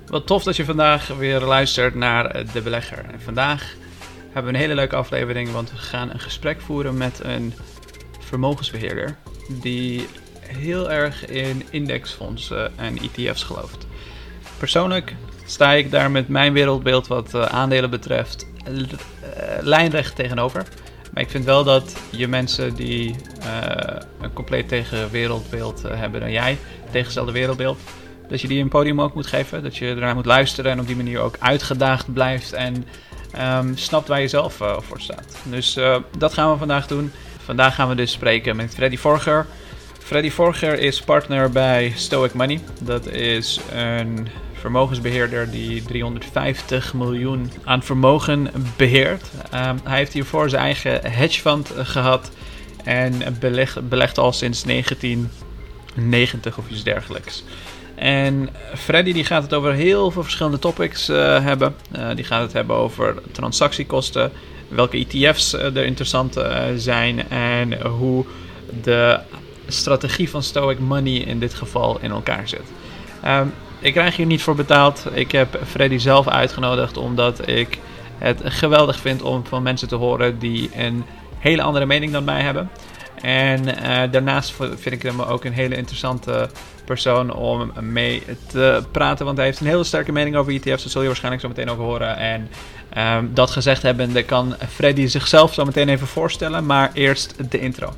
Wat tof dat je vandaag weer luistert naar De Belegger. En vandaag hebben we een hele leuke aflevering, want we gaan een gesprek voeren met een vermogensbeheerder die heel erg in indexfondsen en ETF's gelooft. Persoonlijk sta ik daar met mijn wereldbeeld wat aandelen betreft lijnrecht tegenover. Maar ik vind wel dat je mensen die een compleet tegen wereldbeeld hebben dan jij, tegengestelde wereldbeeld, dat je die een podium ook moet geven. Dat je ernaar moet luisteren en op die manier ook uitgedaagd blijft en snapt waar je zelf voor staat. Dus dat gaan we vandaag doen. Vandaag gaan we dus spreken met Freddy Forger. Freddy Forger is partner bij Stoic Money. Dat is een vermogensbeheerder die 350 miljoen aan vermogen beheert. Hij heeft hiervoor zijn eigen hedge fund gehad en belegt al sinds 1990 of iets dergelijks. En Freddy die gaat het over heel veel verschillende topics hebben. Die gaat het hebben over transactiekosten, welke ETF's er interessant zijn en hoe de strategie van Stoic Money in dit geval in elkaar zit. Ik krijg hier niet voor betaald. Ik heb Freddy zelf uitgenodigd omdat ik het geweldig vind om van mensen te horen die een hele andere mening dan mij hebben. En daarnaast vind ik hem ook een hele interessante persoon om mee te praten. Want hij heeft een hele sterke mening over ETF's. Dat zul je waarschijnlijk zo meteen ook horen. En dat gezegd hebbende kan Freddy zichzelf zo meteen even voorstellen. Maar eerst de intro.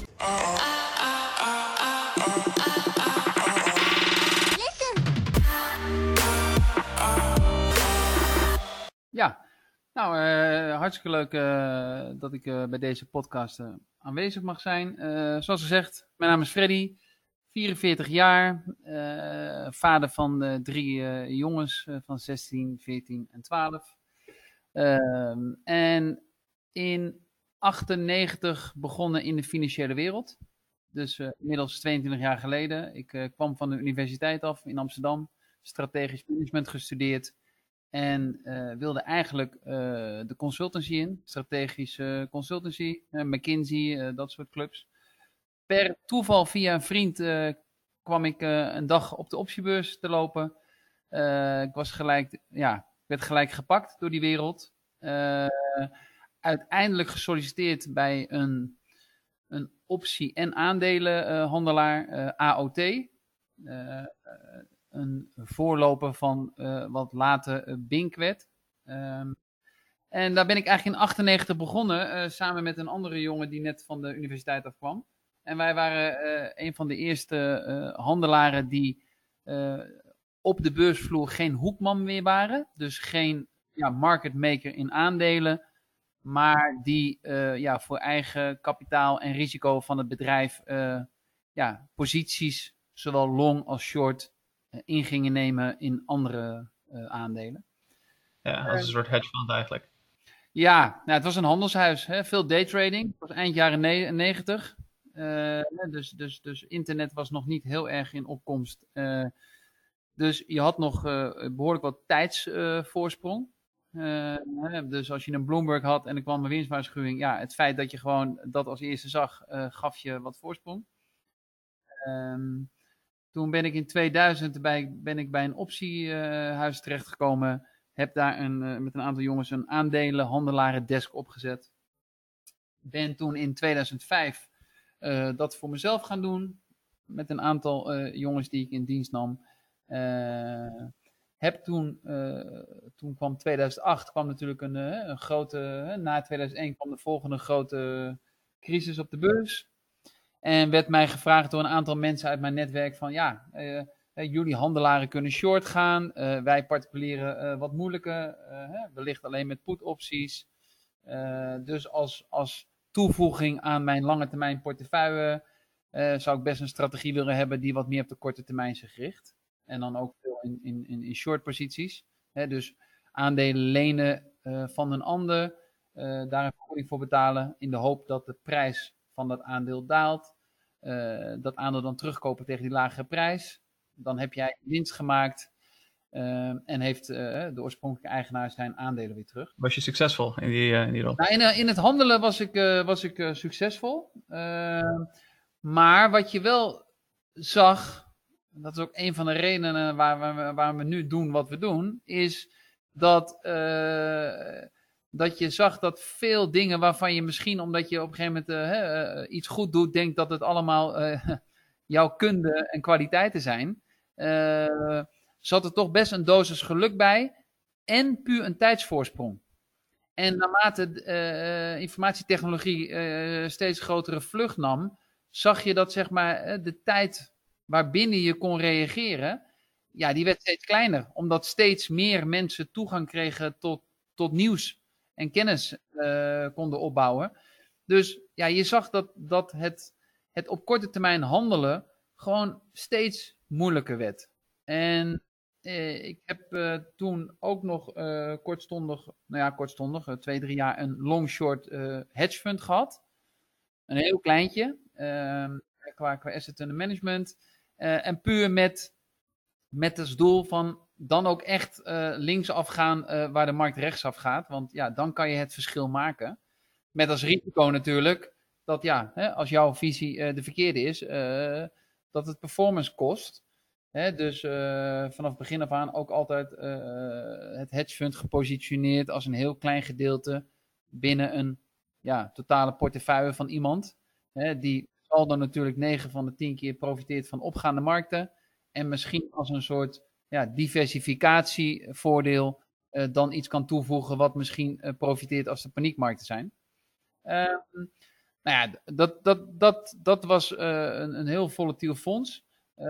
Ja, nou, hartstikke leuk dat ik bij deze podcast aanwezig mag zijn. Zoals gezegd, mijn naam is Freddy, 44 jaar, vader van 3 jongens van 16, 14 en 12. En in 98 begonnen in de financiële wereld. Dus inmiddels 22 jaar geleden. Ik kwam van de universiteit af in Amsterdam, strategisch management gestudeerd. En wilde eigenlijk de consultancy in, strategische consultancy, McKinsey, dat soort clubs. Per toeval via een vriend kwam ik een dag op de optiebeurs te lopen. Ik werd gelijk gepakt door die wereld. Uiteindelijk gesolliciteerd bij een optie- en aandelenhandelaar, AOT. Een voorloper van wat later Bink werd. En daar ben ik eigenlijk in 98 begonnen, samen met een andere jongen die net van de universiteit afkwam. En wij waren een van de eerste handelaren die op de beursvloer geen hoekman meer waren. Dus geen market maker in aandelen, maar die voor eigen kapitaal en risico van het bedrijf posities, zowel long als short, in gingen nemen in andere aandelen. Ja, als een soort hedge fund eigenlijk. Ja, het was een handelshuis. Hè? Veel daytrading. Het was eind jaren 90. Dus internet was nog niet heel erg in opkomst. Dus je had nog behoorlijk wat tijdsvoorsprong. Dus als je een Bloomberg had en er kwam een winstwaarschuwing. Ja, het feit dat je gewoon dat als eerste zag, gaf je wat voorsprong. Toen ben ik in 2000 bij een optiehuis terechtgekomen. Heb daar met een aantal jongens een aandelenhandelaren-desk opgezet. Ben toen in 2005 dat voor mezelf gaan doen. Met een aantal jongens die ik in dienst nam. Toen kwam 2008, kwam natuurlijk een grote... na 2001 kwam de volgende grote crisis op de beurs. En werd mij gevraagd door een aantal mensen uit mijn netwerk van jullie handelaren kunnen short gaan. Wij particulieren wat moeilijker. Wellicht alleen met put-opties. Dus als toevoeging aan mijn lange termijn portefeuille zou ik best een strategie willen hebben die wat meer op de korte termijn zich richt. En dan ook veel in short posities. Dus aandelen lenen van een ander. Daar een vergoeding voor betalen in de hoop dat de prijs van dat aandeel daalt. Dat aandeel dan terugkopen tegen die lagere prijs. Dan heb jij winst gemaakt en heeft de oorspronkelijke eigenaar zijn aandelen weer terug. Was je succesvol in die rol? Nou, in het handelen was ik succesvol. Maar wat je wel zag, dat is ook een van de redenen waar we nu doen wat we doen, is dat, dat je zag dat veel dingen waarvan je misschien, omdat je op een gegeven moment iets goed doet, denkt dat het allemaal jouw kunde en kwaliteiten zijn, zat er toch best een dosis geluk bij en puur een tijdsvoorsprong. En naarmate informatietechnologie steeds grotere vlucht nam, zag je dat zeg maar de tijd waarbinnen je kon reageren, ja, die werd steeds kleiner. Omdat steeds meer mensen toegang kregen tot nieuws en kennis konden opbouwen. Dus ja, je zag dat het op korte termijn handelen gewoon steeds moeilijker werd. En ik heb toen ook nog kortstondig, 2-3 jaar een long-short hedge fund gehad. Een heel kleintje, qua asset under management. En puur met als doel van dan ook echt linksaf gaan waar de markt rechtsaf gaat. Want ja, dan kan je het verschil maken. Met als risico natuurlijk dat ja, als jouw visie de verkeerde is, dat het performance kost. Dus vanaf begin af aan ook altijd het hedge fund gepositioneerd als een heel klein gedeelte binnen een totale portefeuille van iemand. Die zal dan natuurlijk 9 van de 10 keer profiteert van opgaande markten. En misschien als een soort diversificatievoordeel dan iets kan toevoegen wat misschien profiteert als de paniekmarkten zijn. Nou ja, dat was een heel volatiel fonds.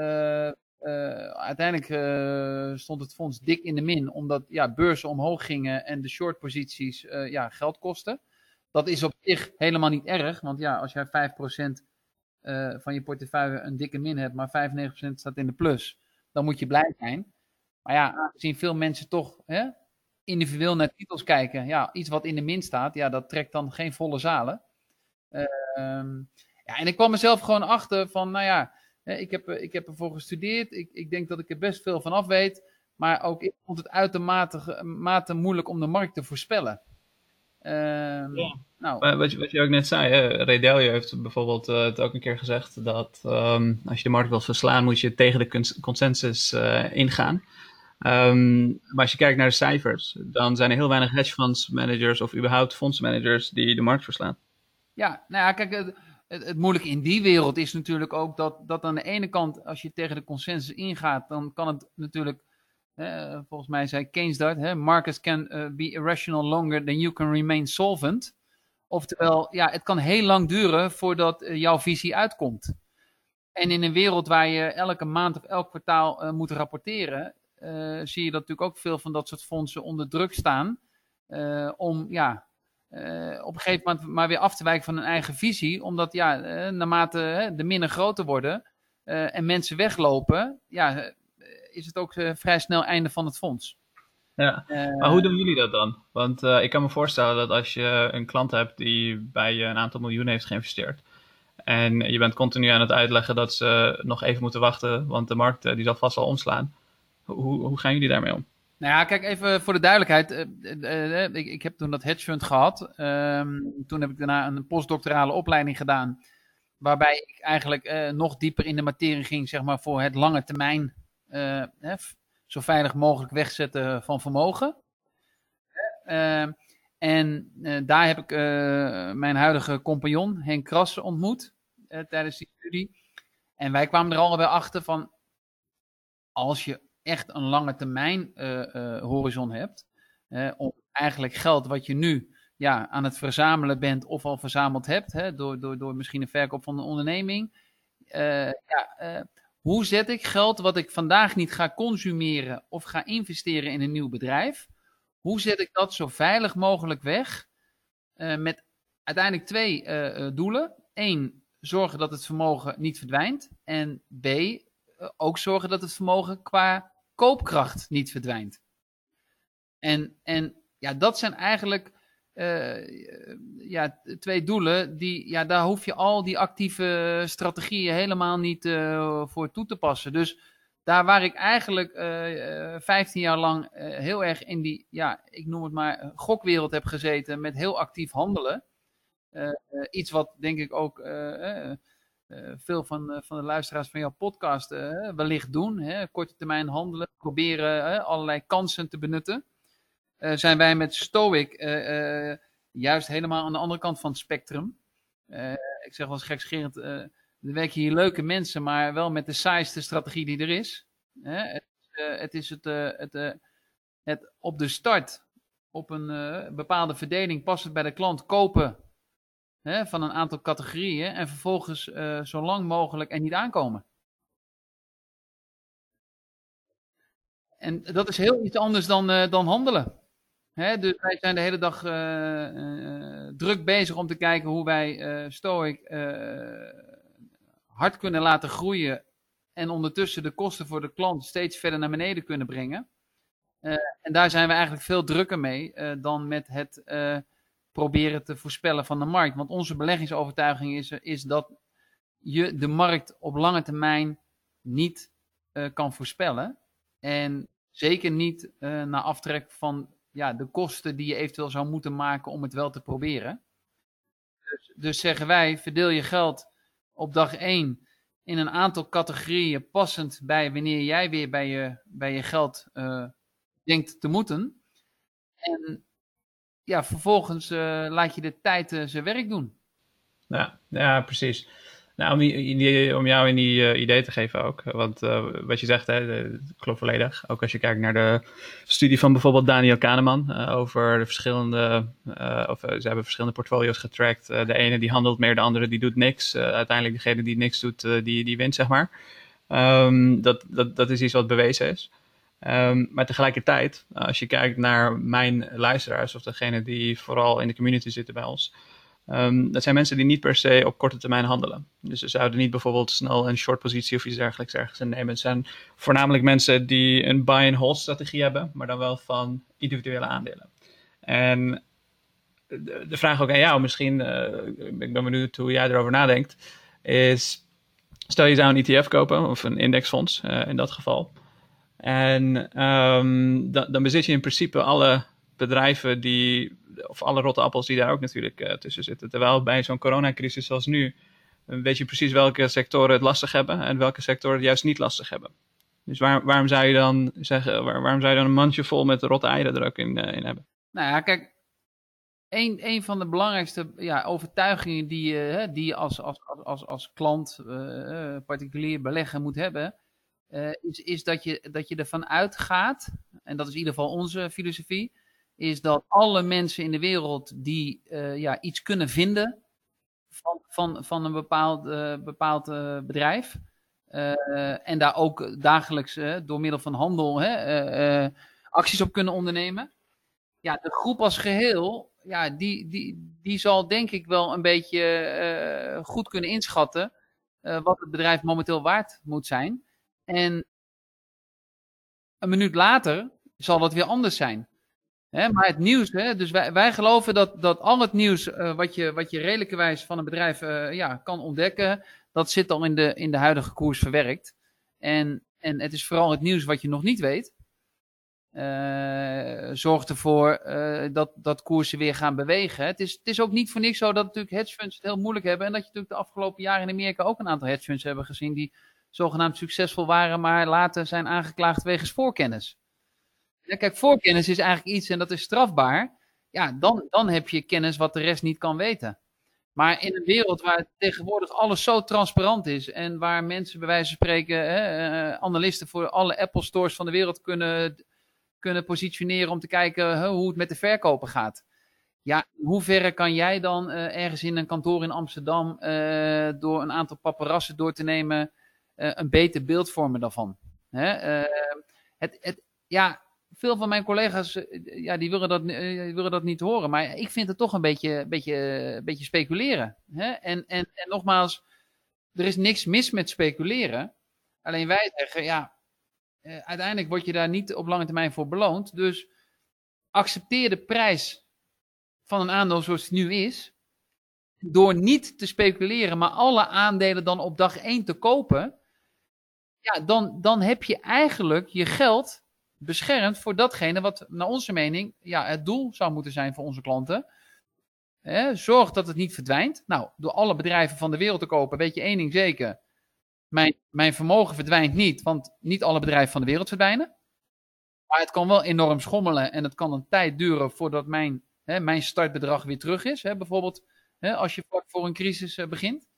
Uiteindelijk stond het fonds dik in de min, omdat beurzen omhoog gingen en de shortposities geld kosten. Dat is op zich helemaal niet erg, want als jij 5% van je portefeuille een dikke min hebt, maar 95% staat in de plus, dan moet je blij zijn. Maar aangezien veel mensen toch individueel naar titels kijken, iets wat in de min staat, dat trekt dan geen volle zalen. En ik kwam mezelf gewoon achter van, ik heb ervoor gestudeerd. Ik denk dat ik er best veel van af weet. Maar ook ik vond het uitermate moeilijk om de markt te voorspellen. Wat je ook net zei, Ray Dalio heeft bijvoorbeeld het ook een keer gezegd dat als je de markt wilt verslaan, moet je tegen de consensus ingaan. Maar als je kijkt naar de cijfers, dan zijn er heel weinig hedge funds managers of überhaupt fondsmanagers die de markt verslaan. Ja, kijk, het moeilijke in die wereld is natuurlijk ook dat aan de ene kant, als je tegen de consensus ingaat, dan kan het natuurlijk, volgens mij zei Keynes dat, markets can be irrational longer than you can remain solvent. Oftewel, het kan heel lang duren voordat jouw visie uitkomt. En in een wereld waar je elke maand of elk kwartaal moet rapporteren, zie je dat natuurlijk ook veel van dat soort fondsen onder druk staan om op een gegeven moment maar weer af te wijken van hun eigen visie. Omdat naarmate de minnen groter worden en mensen weglopen, is het ook vrij snel einde van het fonds. Ja, maar hoe doen jullie dat dan? Want ik kan me voorstellen dat als je een klant hebt die bij je een aantal miljoen heeft geïnvesteerd en je bent continu aan het uitleggen dat ze nog even moeten wachten, want de markt die zal vast al omslaan. Hoe gaan jullie daarmee om? Nou ja, kijk, even voor de duidelijkheid. Ik heb toen dat hedge fund gehad. Toen heb ik daarna een postdoctorale opleiding gedaan. Waarbij ik eigenlijk nog dieper in de materie ging, zeg maar, voor het lange termijn. Zo veilig mogelijk wegzetten van vermogen. En daar heb ik mijn huidige compagnon, Henk Krassen, ontmoet. Tijdens die studie. En wij kwamen er allebei achter van, als je echt een lange termijn horizon hebt, om eigenlijk geld wat je nu aan het verzamelen bent of al verzameld hebt, door misschien een verkoop van een onderneming. Hoe zet ik geld wat ik vandaag niet ga consumeren of ga investeren in een nieuw bedrijf? Hoe zet ik dat zo veilig mogelijk weg? Met uiteindelijk 2 doelen. 1, zorgen dat het vermogen niet verdwijnt. En B, ook zorgen dat het vermogen qua koopkracht niet verdwijnt. En dat zijn eigenlijk 2 doelen die, daar hoef je al die actieve strategieën helemaal niet voor toe te passen. Dus daar waar ik eigenlijk 15 jaar lang heel erg in die, ik noem het maar, gokwereld heb gezeten met heel actief handelen. Iets wat denk ik ook veel van de luisteraars van jouw podcast wellicht doen. Korte termijn handelen, proberen allerlei kansen te benutten. Zijn wij met Stoic juist helemaal aan de andere kant van het spectrum. Ik zeg wel eens gekscherend, er werken hier leuke mensen, maar wel met de saaiste strategie die er is. Het is het op de start, op een bepaalde verdeling, passend bij de klant, kopen van een aantal categorieën en vervolgens zo lang mogelijk er niet aankomen. En dat is heel iets anders dan handelen. Dus wij zijn de hele dag druk bezig om te kijken hoe wij Stoic hard kunnen laten groeien en ondertussen de kosten voor de klant steeds verder naar beneden kunnen brengen. En daar zijn we eigenlijk veel drukker mee dan met het proberen te voorspellen van de markt. Want onze beleggingsovertuiging is dat je de markt op lange termijn niet kan voorspellen. En zeker niet na aftrek van de kosten die je eventueel zou moeten maken om het wel te proberen. Dus zeggen wij, verdeel je geld op dag 1 in een aantal categorieën passend bij wanneer jij weer bij je geld denkt te moeten. En vervolgens laat je de tijd zijn werk doen. Ja, precies. Nou, om jou in die idee te geven ook. Want wat je zegt, klopt volledig. Ook als je kijkt naar de studie van bijvoorbeeld Daniel Kahneman over de verschillende... ze hebben verschillende portfolio's getrackt. De ene die handelt meer, de andere die doet niks. Uiteindelijk degene die niks doet, die wint, zeg maar. Dat is iets wat bewezen is. Maar tegelijkertijd, als je kijkt naar mijn luisteraars... of degene die vooral in de community zitten bij ons... dat zijn mensen die niet per se op korte termijn handelen. Dus ze zouden niet bijvoorbeeld snel een short positie of iets dergelijks ergens in nemen. Het zijn voornamelijk mensen die een buy-and-hold strategie hebben, maar dan wel van individuele aandelen. En de vraag ook aan jou, misschien, ik ben benieuwd hoe jij erover nadenkt, is, stel je zou een ETF kopen, of een indexfonds in dat geval. En dan bezit je in principe alle bedrijven of alle rotte appels die daar ook natuurlijk tussen zitten. Terwijl bij zo'n coronacrisis zoals nu, weet je precies welke sectoren het lastig hebben en welke sectoren het juist niet lastig hebben. Dus waarom zou je dan zeggen, waarom zou je dan een mandje vol met rotte eieren er ook in hebben? Nou ja, kijk, een van de belangrijkste overtuigingen die je als klant, particulier belegger moet hebben, is dat je ervan uitgaat, en dat is in ieder geval onze filosofie, is dat alle mensen in de wereld die iets kunnen vinden van een bepaald bedrijf, en daar ook dagelijks door middel van handel acties op kunnen ondernemen. Ja, de groep als geheel, die zal denk ik wel een beetje goed kunnen inschatten wat het bedrijf momenteel waard moet zijn. En een minuut later zal dat weer anders zijn. Maar het nieuws, dus wij geloven dat al het nieuws wat je redelijkerwijs van een bedrijf kan ontdekken, dat zit al in de huidige koers verwerkt. En het is vooral het nieuws wat je nog niet weet, zorgt ervoor dat koersen weer gaan bewegen. Het is ook niet voor niks zo dat natuurlijk hedgefunds het heel moeilijk hebben en dat je natuurlijk de afgelopen jaren in Amerika ook een aantal hedgefunds hebben gezien die zogenaamd succesvol waren, maar later zijn aangeklaagd wegens voorkennis. Ja, kijk, voorkennis is eigenlijk iets en dat is strafbaar. Ja, dan heb je kennis wat de rest niet kan weten. Maar in een wereld waar tegenwoordig alles zo transparant is en waar mensen bij wijze van spreken, analisten voor alle Apple stores van de wereld kunnen positioneren om te kijken hoe het met de verkopen gaat. Ja, in hoeverre kan jij dan ergens in een kantoor in Amsterdam door een aantal paparazzen door te nemen een beter beeld vormen daarvan? Veel van mijn collega's die willen dat niet horen. Maar ik vind het toch een beetje speculeren. En nogmaals, er is niks mis met speculeren. Alleen wij zeggen, uiteindelijk word je daar niet op lange termijn voor beloond. Dus accepteer de prijs van een aandeel zoals het nu is. Door niet te speculeren, maar alle aandelen dan op dag 1 te kopen. Ja, dan heb je eigenlijk je geld beschermd voor datgene wat naar onze mening het doel zou moeten zijn voor onze klanten. Zorg dat het niet verdwijnt. Nou, door alle bedrijven van de wereld te kopen, weet je één ding zeker. Mijn vermogen verdwijnt niet, want niet alle bedrijven van de wereld verdwijnen. Maar het kan wel enorm schommelen en het kan een tijd duren voordat mijn startbedrag weer terug is. Bijvoorbeeld als je vlak voor een crisis begint.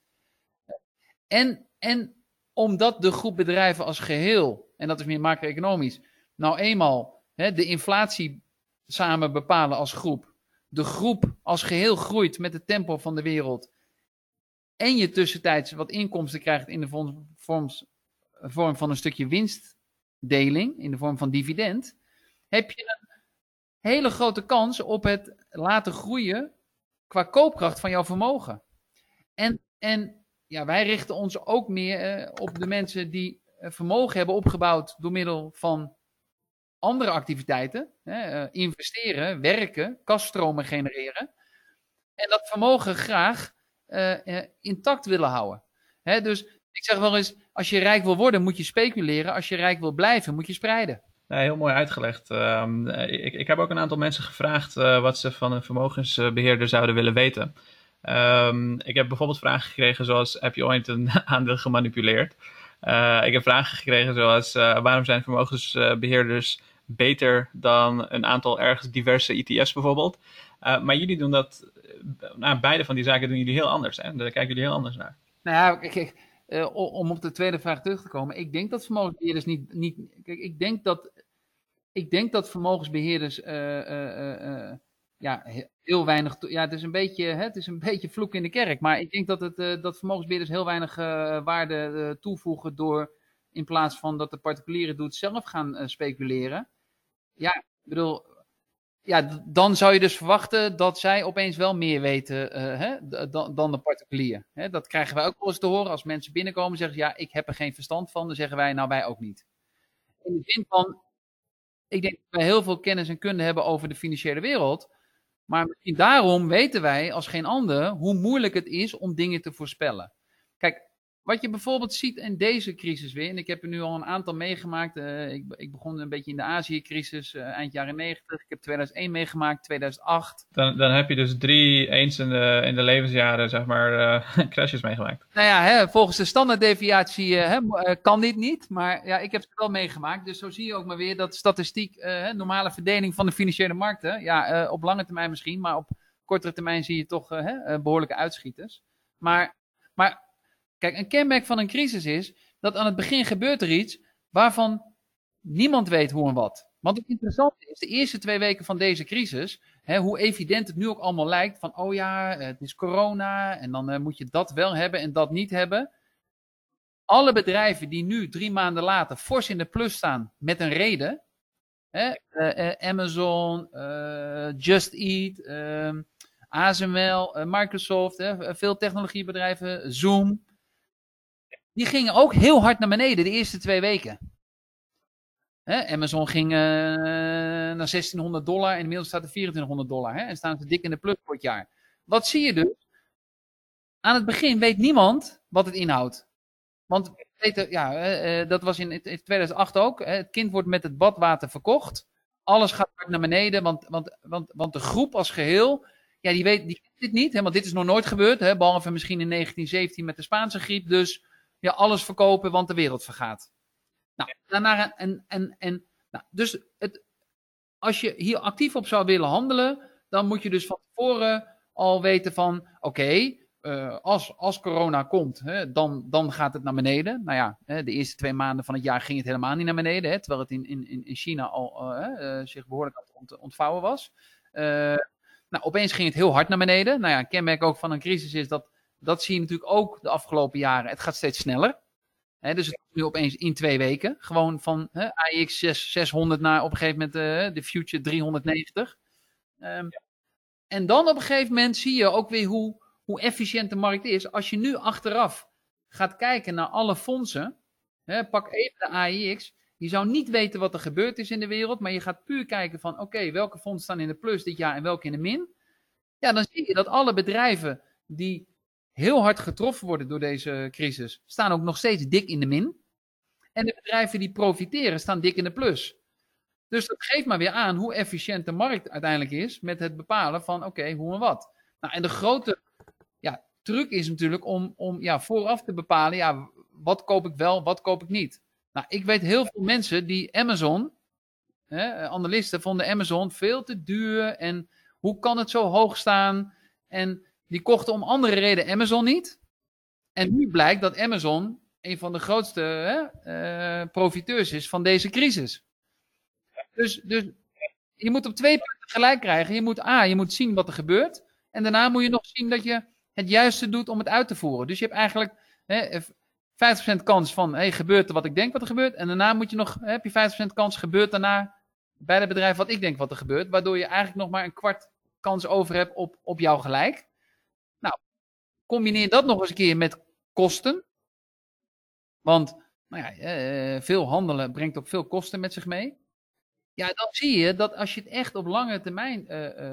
En omdat de groep bedrijven als geheel, en dat is meer macro-economisch, nou eenmaal de inflatie samen bepalen als groep. De groep als geheel groeit met het tempo van de wereld. En je tussentijds wat inkomsten krijgt in de vorm van een stukje winstdeling, in de vorm van dividend, heb je een hele grote kans op het laten groeien qua koopkracht van jouw vermogen. En ja, wij richten ons ook meer op de mensen die vermogen hebben opgebouwd door middel van andere activiteiten. Investeren, werken, kaststromen genereren. En dat vermogen graag intact willen houden. Dus ik zeg wel eens, als je rijk wil worden, moet je speculeren. Als je rijk wil blijven, moet je spreiden. Nee, heel mooi uitgelegd. Ik heb ook een aantal mensen gevraagd wat ze van een vermogensbeheerder zouden willen weten. Ik heb bijvoorbeeld vragen gekregen zoals, heb je ooit een aandeel gemanipuleerd? Ik heb vragen gekregen zoals, waarom zijn vermogensbeheerders beter dan een aantal ergens diverse ETF's bijvoorbeeld? Maar jullie doen dat, beide van die zaken doen jullie heel anders. Hè? Daar kijken jullie heel anders naar. Nou ja, kijk, om op de tweede vraag terug te komen. Ik denk dat vermogensbeheerders niet kijk, ik denk dat vermogensbeheerders heel weinig. Ja, het is een beetje vloek in de kerk. Maar ik denk dat vermogensbeheerders heel weinig waarde toevoegen door in plaats van dat de particulieren doet zelf gaan speculeren. Ja, ik bedoel. Ja, dan zou je dus verwachten dat zij opeens wel meer weten dan de particulier. Dat krijgen wij ook wel eens te horen. Als mensen binnenkomen en zeggen, ja, ik heb er geen verstand van. Dan zeggen wij, nou, wij ook niet. In de zin van, ik denk dat wij heel veel kennis en kunde hebben over de financiële wereld. Maar misschien daarom weten wij als geen ander hoe moeilijk het is om dingen te voorspellen. Kijk, wat je bijvoorbeeld ziet in deze crisis weer, en ik heb er nu al een aantal meegemaakt. Ik begon een beetje in de Azië-crisis eind jaren 90. Ik heb 2001 meegemaakt, 2008. Dan heb je dus 3 eens in de levensjaren, zeg maar, crashes meegemaakt. Nou ja, volgens de standaarddeviatie kan dit niet. Maar ja, ik heb het wel meegemaakt. Dus zo zie je ook maar weer dat statistiek, normale verdeling van de financiële markten. Ja, op lange termijn misschien, maar op kortere termijn zie je toch behoorlijke uitschieters. Maar kijk, een kenmerk van een crisis is dat aan het begin gebeurt er iets waarvan niemand weet hoe en wat. Want het interessante is, de eerste 2 weken van deze crisis, hoe evident het nu ook allemaal lijkt, van oh ja, het is corona en dan moet je dat wel hebben en dat niet hebben. Alle bedrijven die nu 3 maanden later fors in de plus staan met een reden, Amazon, Just Eat, ASML, Microsoft, veel technologiebedrijven, Zoom, die gingen ook heel hard naar beneden de eerste 2 weken. Amazon ging naar $1600 en inmiddels staat er $2400 en staan ze dik in de plus voor het jaar. Wat zie je dus? Aan het begin weet niemand wat het inhoudt. Want dat was in 2008 ook. Het kind wordt met het badwater verkocht. Alles gaat hard naar beneden, want de groep als geheel, ja, die weet dit niet, want dit is nog nooit gebeurd, behalve misschien in 1917 met de Spaanse griep. Dus ja, alles verkopen, want de wereld vergaat. Nou, daarna dus als je hier actief op zou willen handelen, dan moet je dus van tevoren al weten van, oké, als corona komt, dan gaat het naar beneden. Nou ja, de eerste 2 maanden van het jaar ging het helemaal niet naar beneden, terwijl het in China al zich behoorlijk aan het ontvouwen was. Nou, opeens ging het heel hard naar beneden. Nou ja, een kenmerk ook van een crisis is dat zie je natuurlijk ook de afgelopen jaren. Het gaat steeds sneller. Dus het is nu opeens in 2 weken. Gewoon van AX 600 naar op een gegeven moment de Future 390. En dan op een gegeven moment zie je ook weer hoe efficiënt de markt is. Als je nu achteraf gaat kijken naar alle fondsen. Pak even de AIX. Je zou niet weten wat er gebeurd is in de wereld. Maar je gaat puur kijken van oké, welke fondsen staan in de plus dit jaar en welke in de min. Ja, dan zie je dat alle bedrijven die heel hard getroffen worden door deze crisis, staan ook nog steeds dik in de min. En de bedrijven die profiteren, staan dik in de plus. Dus dat geeft maar weer aan hoe efficiënt de markt uiteindelijk is met het bepalen van oké, hoe en wat. Nou, en de grote truc is natuurlijk om vooraf te bepalen, wat koop ik wel, wat koop ik niet. Nou, ik weet heel veel mensen die Amazon, analisten vonden Amazon veel te duur en hoe kan het zo hoog staan? En die kochten om andere reden Amazon niet. En nu blijkt dat Amazon een van de grootste profiteurs is van deze crisis. Dus je moet op 2 punten gelijk krijgen. Je moet zien wat er gebeurt. En daarna moet je nog zien dat je het juiste doet om het uit te voeren. Dus je hebt eigenlijk 50% kans van, gebeurt er wat ik denk wat er gebeurt. En daarna heb je 50% kans, gebeurt daarna bij het bedrijf wat ik denk wat er gebeurt. Waardoor je eigenlijk nog maar een kwart kans over hebt op jouw gelijk. Nou, combineer dat nog eens een keer met kosten. Want veel handelen brengt ook veel kosten met zich mee. Ja, dan zie je dat als je het echt op lange termijn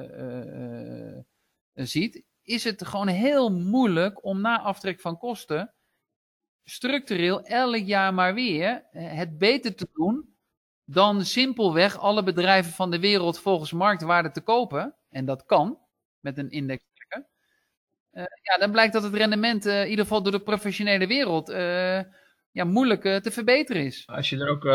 ziet, is het gewoon heel moeilijk om na aftrek van kosten structureel elk jaar maar weer het beter te doen dan simpelweg alle bedrijven van de wereld volgens marktwaarde te kopen. En dat kan met een index trekken. Dan blijkt dat het rendement in ieder geval door de professionele wereld moeilijk te verbeteren is. Als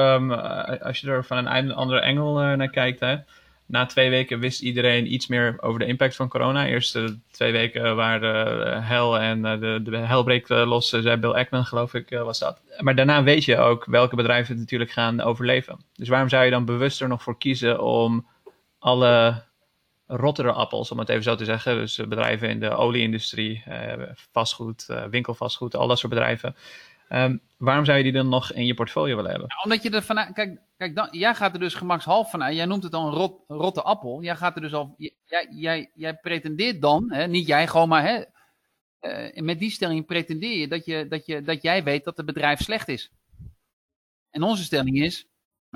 je er van een andere engel naar kijkt, hè, na 2 weken wist iedereen iets meer over de impact van corona. Eerst 2 weken waren hel en de hel breekt los, zei Bill Ackman, geloof ik, was dat. Maar daarna weet je ook welke bedrijven het natuurlijk gaan overleven. Dus waarom zou je dan bewust er nog voor kiezen om alle rottere appels, om het even zo te zeggen, dus bedrijven in de olieindustrie, vastgoed, winkelvastgoed, al dat soort bedrijven. Waarom zou je die dan nog in je portfolio willen hebben? Omdat je er vanuit, kijk jij gaat er dus gemakshalve vanuit. Jij noemt het dan een rotte appel. Jij gaat er dus al, jij pretendeert dan, niet jij, gewoon maar, met die stelling pretendeer je dat jij weet dat het bedrijf slecht is. En onze stelling is,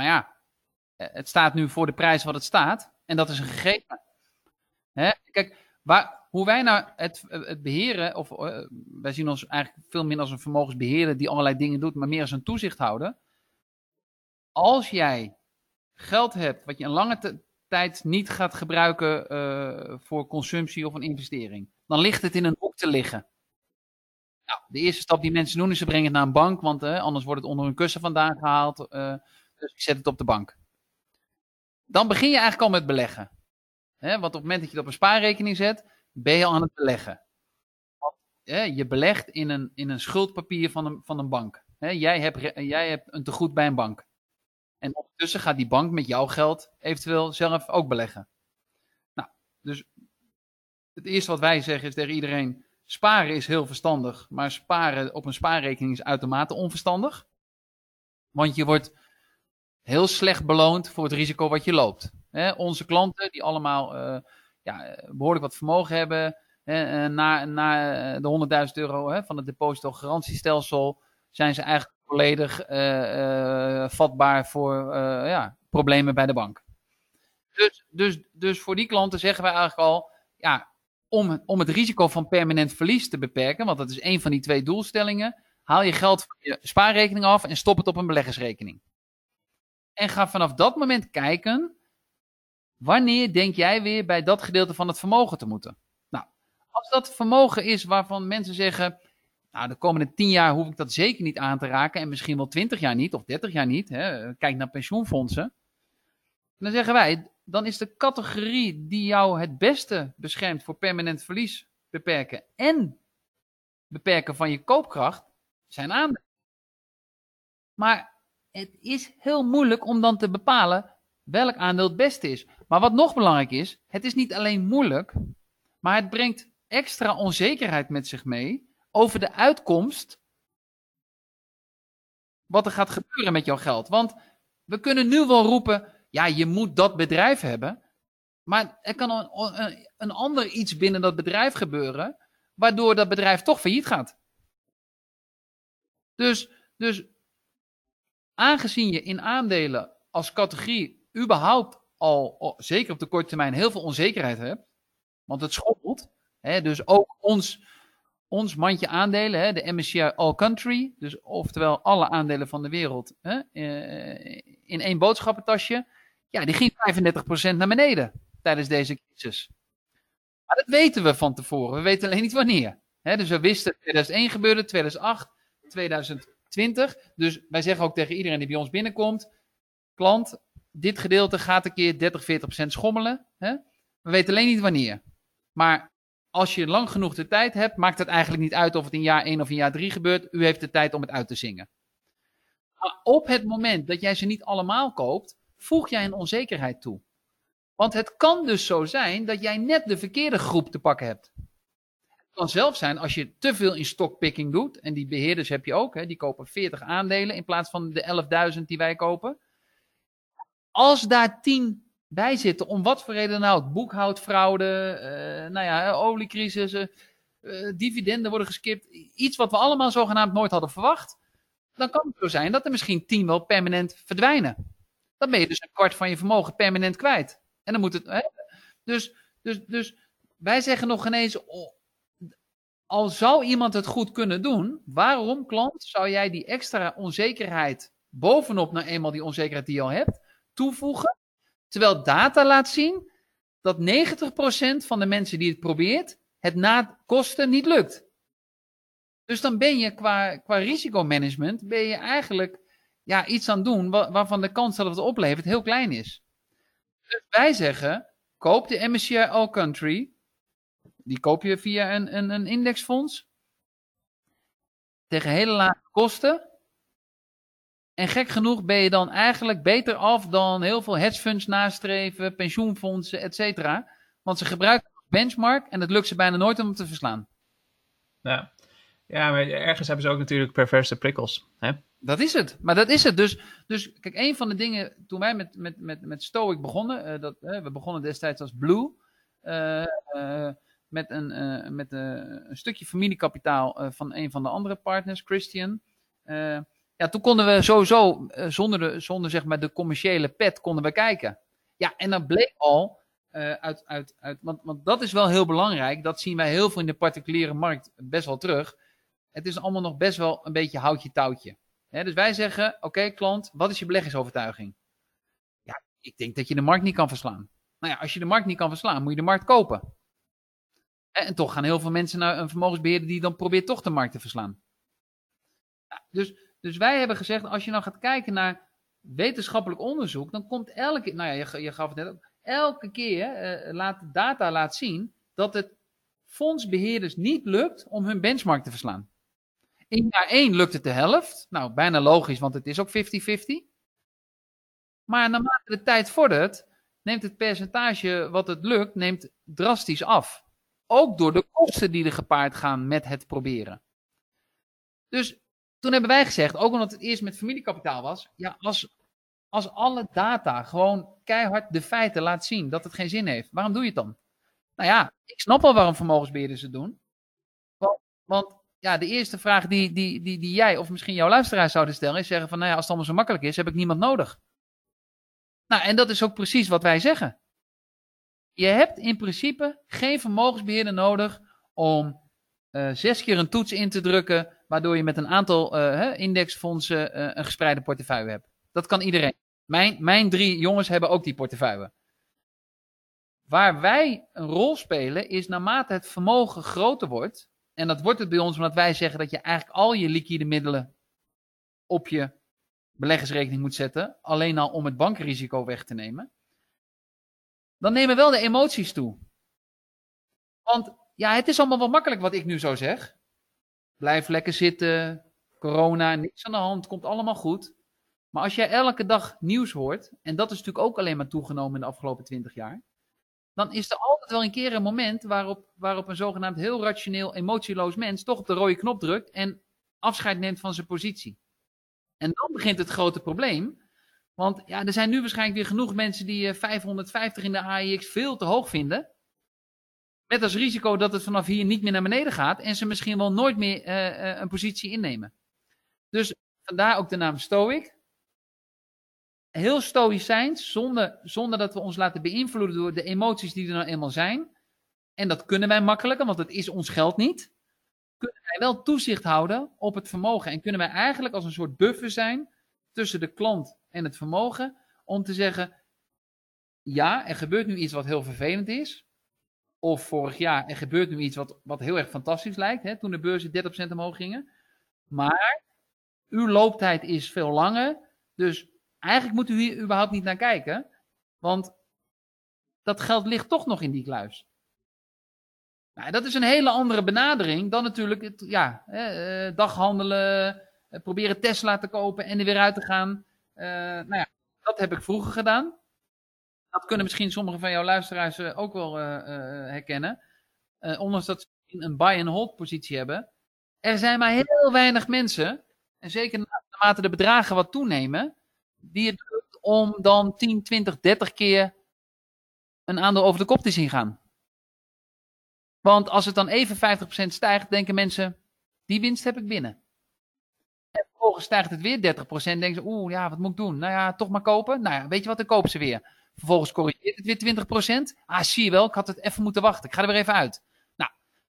het staat nu voor de prijs wat het staat. En dat is een gegeven. Kijk, hoe wij nou het beheren, of wij zien ons eigenlijk veel minder als een vermogensbeheerder die allerlei dingen doet, maar meer als een toezichthouder. Als jij geld hebt wat je een lange tijd niet gaat gebruiken voor consumptie of een investering, dan ligt het in een hoek te liggen. Nou, de eerste stap die mensen doen is ze brengen het naar een bank, want anders wordt het onder hun kussen vandaan gehaald. Dus ik zet het op de bank. Dan begin je eigenlijk al met beleggen. Want op het moment dat je het op een spaarrekening zet, ben je al aan het beleggen. Want, je belegt in een schuldpapier van een bank. Jij hebt een tegoed bij een bank. En ondertussen gaat die bank met jouw geld eventueel zelf ook beleggen. Nou, dus het eerste wat wij zeggen is tegen iedereen, sparen is heel verstandig, maar sparen op een spaarrekening is uitermate onverstandig. Want je wordt heel slecht beloond voor het risico wat je loopt. Onze klanten die allemaal behoorlijk wat vermogen hebben, na de €100.000 van het depositogarantiestelsel zijn ze eigenlijk volledig vatbaar voor problemen bij de bank. Dus voor die klanten zeggen wij eigenlijk al, om het risico van permanent verlies te beperken, want dat is een van die 2 doelstellingen, haal je geld van je spaarrekening af en stop het op een beleggersrekening. En ga vanaf dat moment kijken, wanneer denk jij weer bij dat gedeelte van het vermogen te moeten? Nou, als dat vermogen is waarvan mensen zeggen, de komende 10 jaar hoef ik dat zeker niet aan te raken en misschien wel 20 jaar niet of 30 jaar niet, kijk naar pensioenfondsen. Dan zeggen wij, dan is de categorie die jou het beste beschermt voor permanent verlies beperken en beperken van je koopkracht, zijn aandelen. Maar het is heel moeilijk om dan te bepalen welk aandeel het beste is. Maar wat nog belangrijk is, het is niet alleen moeilijk, maar het brengt extra onzekerheid met zich mee over de uitkomst, wat er gaat gebeuren met jouw geld. Want we kunnen nu wel roepen, je moet dat bedrijf hebben, maar er kan een ander iets binnen dat bedrijf gebeuren, waardoor dat bedrijf toch failliet gaat. Dus aangezien je in aandelen als categorie überhaupt al, zeker op de korte termijn, heel veel onzekerheid hebt, want het schommelt, dus ook ons mandje aandelen, de MSCI All Country, dus oftewel alle aandelen van de wereld, in 1 boodschappentasje, die ging 35% naar beneden tijdens deze crisis. Maar dat weten we van tevoren. We weten alleen niet wanneer. Dus we wisten 2001 gebeurde, 2008, 2020. Dus wij zeggen ook tegen iedereen die bij ons binnenkomt: klant, dit gedeelte gaat een keer 30-40% schommelen. We weten alleen niet wanneer. Maar als je lang genoeg de tijd hebt, maakt het eigenlijk niet uit of het in jaar 1 of in jaar 3 gebeurt. U heeft de tijd om het uit te zingen. Maar op het moment dat jij ze niet allemaal koopt, voeg jij een onzekerheid toe. Want het kan dus zo zijn dat jij net de verkeerde groep te pakken hebt. Het kan zelfs zijn als je te veel in stockpicking doet. En die beheerders heb je ook. Die kopen 40 aandelen in plaats van de 11.000 die wij kopen. Als daar 10 bij zitten, om wat voor reden dan ook. Boekhoudfraude, oliecrisis, dividenden worden geskipt. Iets wat we allemaal zogenaamd nooit hadden verwacht. Dan kan het zo zijn dat er misschien 10 wel permanent verdwijnen. Dan ben je dus een kwart van je vermogen permanent kwijt. En dan moet het. Dus wij zeggen nog ineens: al zou iemand het goed kunnen doen, waarom, klant, zou jij die extra onzekerheid bovenop nou eenmaal die onzekerheid die je al hebt, toevoegen? Terwijl data laat zien dat 90% van de mensen die het probeert, het na kosten niet lukt. Dus dan ben je qua risicomanagement, ben je eigenlijk iets aan het doen waarvan de kans dat het oplevert heel klein is. Dus wij zeggen, koop de MSCI All Country. Die koop je via een indexfonds. Tegen hele lage kosten. En gek genoeg ben je dan eigenlijk beter af dan heel veel hedgefunds nastreven, pensioenfondsen, et cetera. Want ze gebruiken een benchmark en het lukt ze bijna nooit om hem te verslaan. Ja, maar ergens hebben ze ook natuurlijk perverse prikkels. Hè? Dat is het. Maar dat is het. Dus kijk, een van de dingen, toen wij met Stoic begonnen, we begonnen destijds als Blue, met een stukje familiekapitaal van een van de andere partners, Christian. Toen konden we sowieso, zonder zeg maar de commerciële pet, konden we kijken. Ja, en dan bleek al, want dat is wel heel belangrijk, dat zien wij heel veel in de particuliere markt best wel terug. Het is allemaal nog best wel een beetje houtje touwtje. Dus wij zeggen, oké, klant, wat is je beleggingsovertuiging? Ja, ik denk dat je de markt niet kan verslaan. Nou ja, als je de markt niet kan verslaan, moet je de markt kopen. En toch gaan heel veel mensen naar een vermogensbeheerder die dan probeert toch de markt te verslaan. Dus wij hebben gezegd, als je nou gaat kijken naar wetenschappelijk onderzoek, dan komt elke keer, je gaf het net ook, elke keer data laat zien dat het fondsbeheerders niet lukt om hun benchmark te verslaan. In jaar 1 lukt het de helft. Nou, bijna logisch, want het is ook 50-50. Maar naarmate de tijd vordert, neemt het percentage wat het lukt, neemt drastisch af. Ook door de kosten die er gepaard gaan met het proberen. Dus toen hebben wij gezegd, ook omdat het eerst met familiekapitaal was, ja, als alle data gewoon keihard de feiten laat zien dat het geen zin heeft, waarom doe je het dan? Nou ja, ik snap wel waarom vermogensbeheerders het doen. Want ja, de eerste vraag die jij of misschien jouw luisteraars zouden stellen, is zeggen van, nou ja, als het allemaal zo makkelijk is, heb ik niemand nodig. Nou, en dat is ook precies wat wij zeggen. Je hebt in principe geen vermogensbeheerder nodig om 6 keer een toets in te drukken, waardoor je met een aantal indexfondsen een gespreide portefeuille hebt. Dat kan iedereen. Mijn 3 jongens hebben ook die portefeuille. Waar wij een rol spelen is naarmate het vermogen groter wordt, en dat wordt het bij ons omdat wij zeggen dat je eigenlijk al je liquide middelen op je beleggersrekening moet zetten, alleen al om het bankenrisico weg te nemen, dan nemen wel de emoties toe. Want ja, het is allemaal wel makkelijk wat ik nu zo zeg. Blijf lekker zitten, corona, niks aan de hand, komt allemaal goed. Maar als jij elke dag nieuws hoort, en dat is natuurlijk ook alleen maar toegenomen in de afgelopen 20 jaar, dan is er altijd wel een keer een moment waarop een zogenaamd heel rationeel, emotieloos mens toch op de rode knop drukt en afscheid neemt van zijn positie. En dan begint het grote probleem. Want ja, er zijn nu waarschijnlijk weer genoeg mensen die 550 in de AEX veel te hoog vinden. Met als risico dat het vanaf hier niet meer naar beneden gaat en ze misschien wel nooit meer een positie innemen. Dus vandaar ook de naam Stoic. Heel stoïcijns, zonder dat we ons laten beïnvloeden door de emoties die er nou eenmaal zijn. En dat kunnen wij makkelijker, want het is ons geld niet. Kunnen wij wel toezicht houden op het vermogen. En kunnen wij eigenlijk als een soort buffer zijn tussen de klant en het vermogen. Om te zeggen, ja, er gebeurt nu iets wat heel vervelend is. of vorig jaar, er gebeurt nu iets wat heel erg fantastisch lijkt, hè, toen de beurzen 30% omhoog gingen. Maar uw looptijd is veel langer, dus eigenlijk moet u hier überhaupt niet naar kijken, want dat geld ligt toch nog in die kluis. Nou, dat is een hele andere benadering dan natuurlijk daghandelen, proberen Tesla te kopen en er weer uit te gaan. Dat heb ik vroeger gedaan. Dat kunnen misschien sommige van jouw luisteraars ook wel herkennen. Ondanks dat ze een buy-and-hold positie hebben. Er zijn maar heel weinig mensen, en zeker naarmate de bedragen wat toenemen, die het lukt om dan 10, 20, 30 keer een aandeel over de kop te zien gaan. Want als het dan even 50% stijgt, denken mensen, die winst heb ik binnen. En vervolgens stijgt het weer 30%, denken ze, wat moet ik doen? Nou ja, toch maar kopen. Nou ja, weet je wat, dan kopen ze weer. Vervolgens corrigeert het weer 20%. Zie je wel, ik had het even moeten wachten. Ik ga er weer even uit. Nou,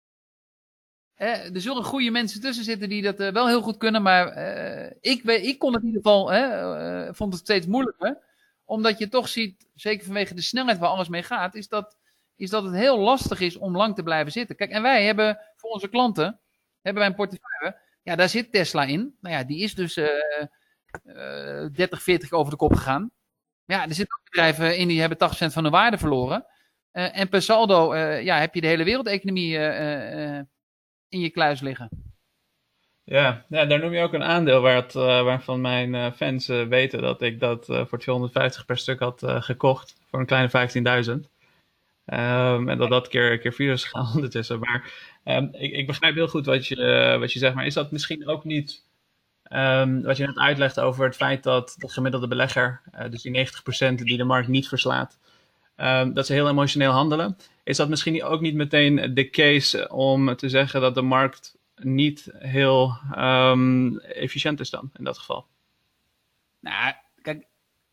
er zullen goede mensen tussen zitten die dat wel heel goed kunnen, maar ik kon het in ieder geval, vond het steeds moeilijker. Omdat je toch ziet, zeker vanwege de snelheid waar alles mee gaat, is dat het heel lastig is om lang te blijven zitten. Kijk, en wij hebben voor onze klanten, hebben wij een portefeuille, ja, daar zit Tesla in. Nou ja, die is dus 30, 40 over de kop gegaan. Ja, er zitten ook bedrijven in die hebben 80% van hun waarde verloren. En per saldo heb je de hele wereldeconomie in je kluis liggen. Ja, daar noem je ook een aandeel waarvan mijn fans weten dat ik dat voor 250 per stuk had gekocht. Voor een kleine 15.000. En dat keer 4 is gegaan ondertussen. Maar ik begrijp heel goed wat je zegt. Maar is dat misschien ook niet wat je net uitlegt over het feit dat de gemiddelde belegger, dus die 90% die de markt niet verslaat, dat ze heel emotioneel handelen. Is dat misschien ook niet meteen de case om te zeggen dat de markt niet heel efficiënt is dan, in dat geval? Nou, kijk,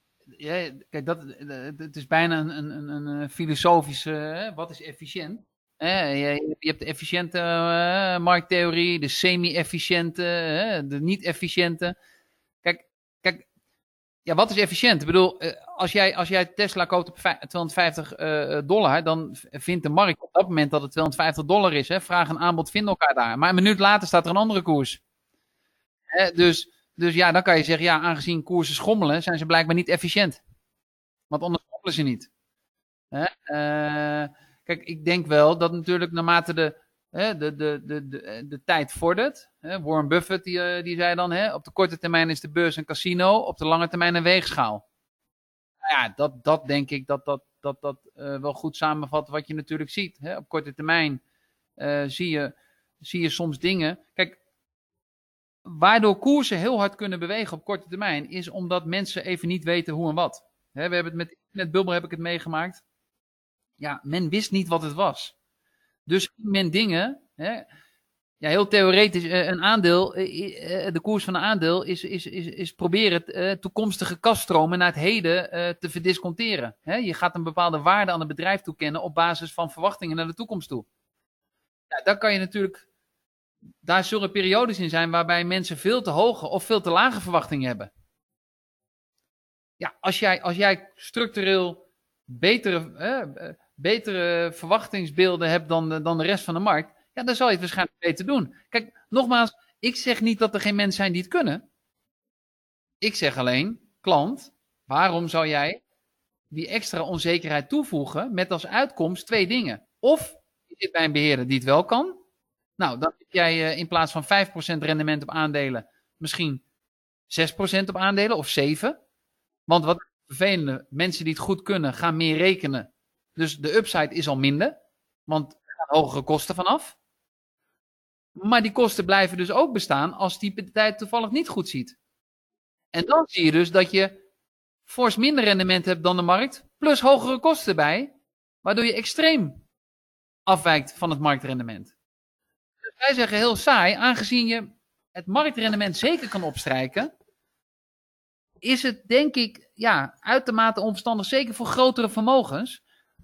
het is bijna een filosofische, wat is efficiënt? Je hebt de efficiënte markttheorie, de semi-efficiënte, de niet-efficiënte. Kijk, ja, wat is efficiënt? Ik bedoel, als jij Tesla koopt op $250, dan vindt de markt op dat moment dat het $250 is. Hè? Vraag en aanbod vinden elkaar daar. Maar een minuut later staat er een andere koers. Dus ja, dan kan je zeggen, ja, aangezien koersen schommelen, zijn ze blijkbaar niet efficiënt. Want anders schommelen ze niet. Kijk, ik denk wel dat natuurlijk naarmate de tijd vordert. Warren Buffett die zei dan, op de korte termijn is de beurs een casino, op de lange termijn een weegschaal. Nou ja, dat denk ik dat wel goed samenvat wat je natuurlijk ziet. Op korte termijn zie je soms dingen. Kijk, waardoor koersen heel hard kunnen bewegen op korte termijn, is omdat mensen even niet weten hoe en wat. We hebben het met de internetbubbel heb ik het meegemaakt. Ja, men wist niet wat het was. Dus men dingen, heel theoretisch, een aandeel, de koers van een aandeel is proberen toekomstige kaststromen naar het heden te verdisconteren. Je gaat een bepaalde waarde aan het bedrijf toekennen op basis van verwachtingen naar de toekomst toe. Ja, dan kan je natuurlijk, daar zullen periodes in zijn waarbij mensen veel te hoge of veel te lage verwachtingen hebben. Ja, als jij structureel betere verwachtingsbeelden hebt dan de rest van de markt, ja, dan zal je het waarschijnlijk beter doen. Kijk, nogmaals, ik zeg niet dat er geen mensen zijn die het kunnen. Ik zeg alleen, klant, waarom zou jij die extra onzekerheid toevoegen met als uitkomst 2 dingen? Of je zit bij een beheerder die het wel kan. Nou, dan heb jij in plaats van 5% rendement op aandelen misschien 6% op aandelen of 7%. Want wat vervelende, mensen die het goed kunnen gaan meer rekenen. Dus de upside is al minder, want er gaan hogere kosten vanaf. Maar die kosten blijven dus ook bestaan als die partij toevallig niet goed ziet. En dan zie je dus dat je fors minder rendement hebt dan de markt, plus hogere kosten erbij, waardoor je extreem afwijkt van het marktrendement. Dus wij zeggen heel saai, aangezien je het marktrendement zeker kan opstrijken, is het denk ik uitermate onverstandig, zeker voor grotere vermogens,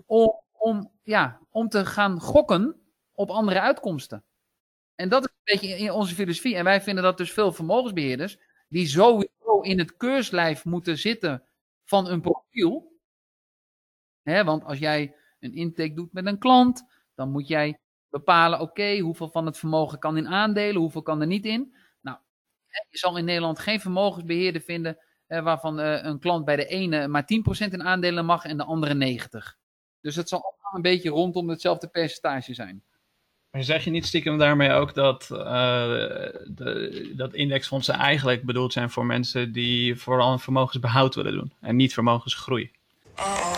om te gaan gokken op andere uitkomsten. En dat is een beetje in onze filosofie. En wij vinden dat dus veel vermogensbeheerders, die sowieso in het keurslijf moeten zitten van een profiel. Want als jij een intake doet met een klant, Dan moet jij bepalen, oké, hoeveel van het vermogen kan in aandelen, hoeveel kan er niet in. Nou, je zal in Nederland geen vermogensbeheerder vinden waarvan een klant bij de ene maar 10% in aandelen mag en de andere 90%. Dus het zal allemaal een beetje rondom hetzelfde percentage zijn. Maar zeg je niet stiekem daarmee ook dat, dat indexfondsen eigenlijk bedoeld zijn voor mensen die vooral een vermogensbehoud willen doen en niet vermogensgroei?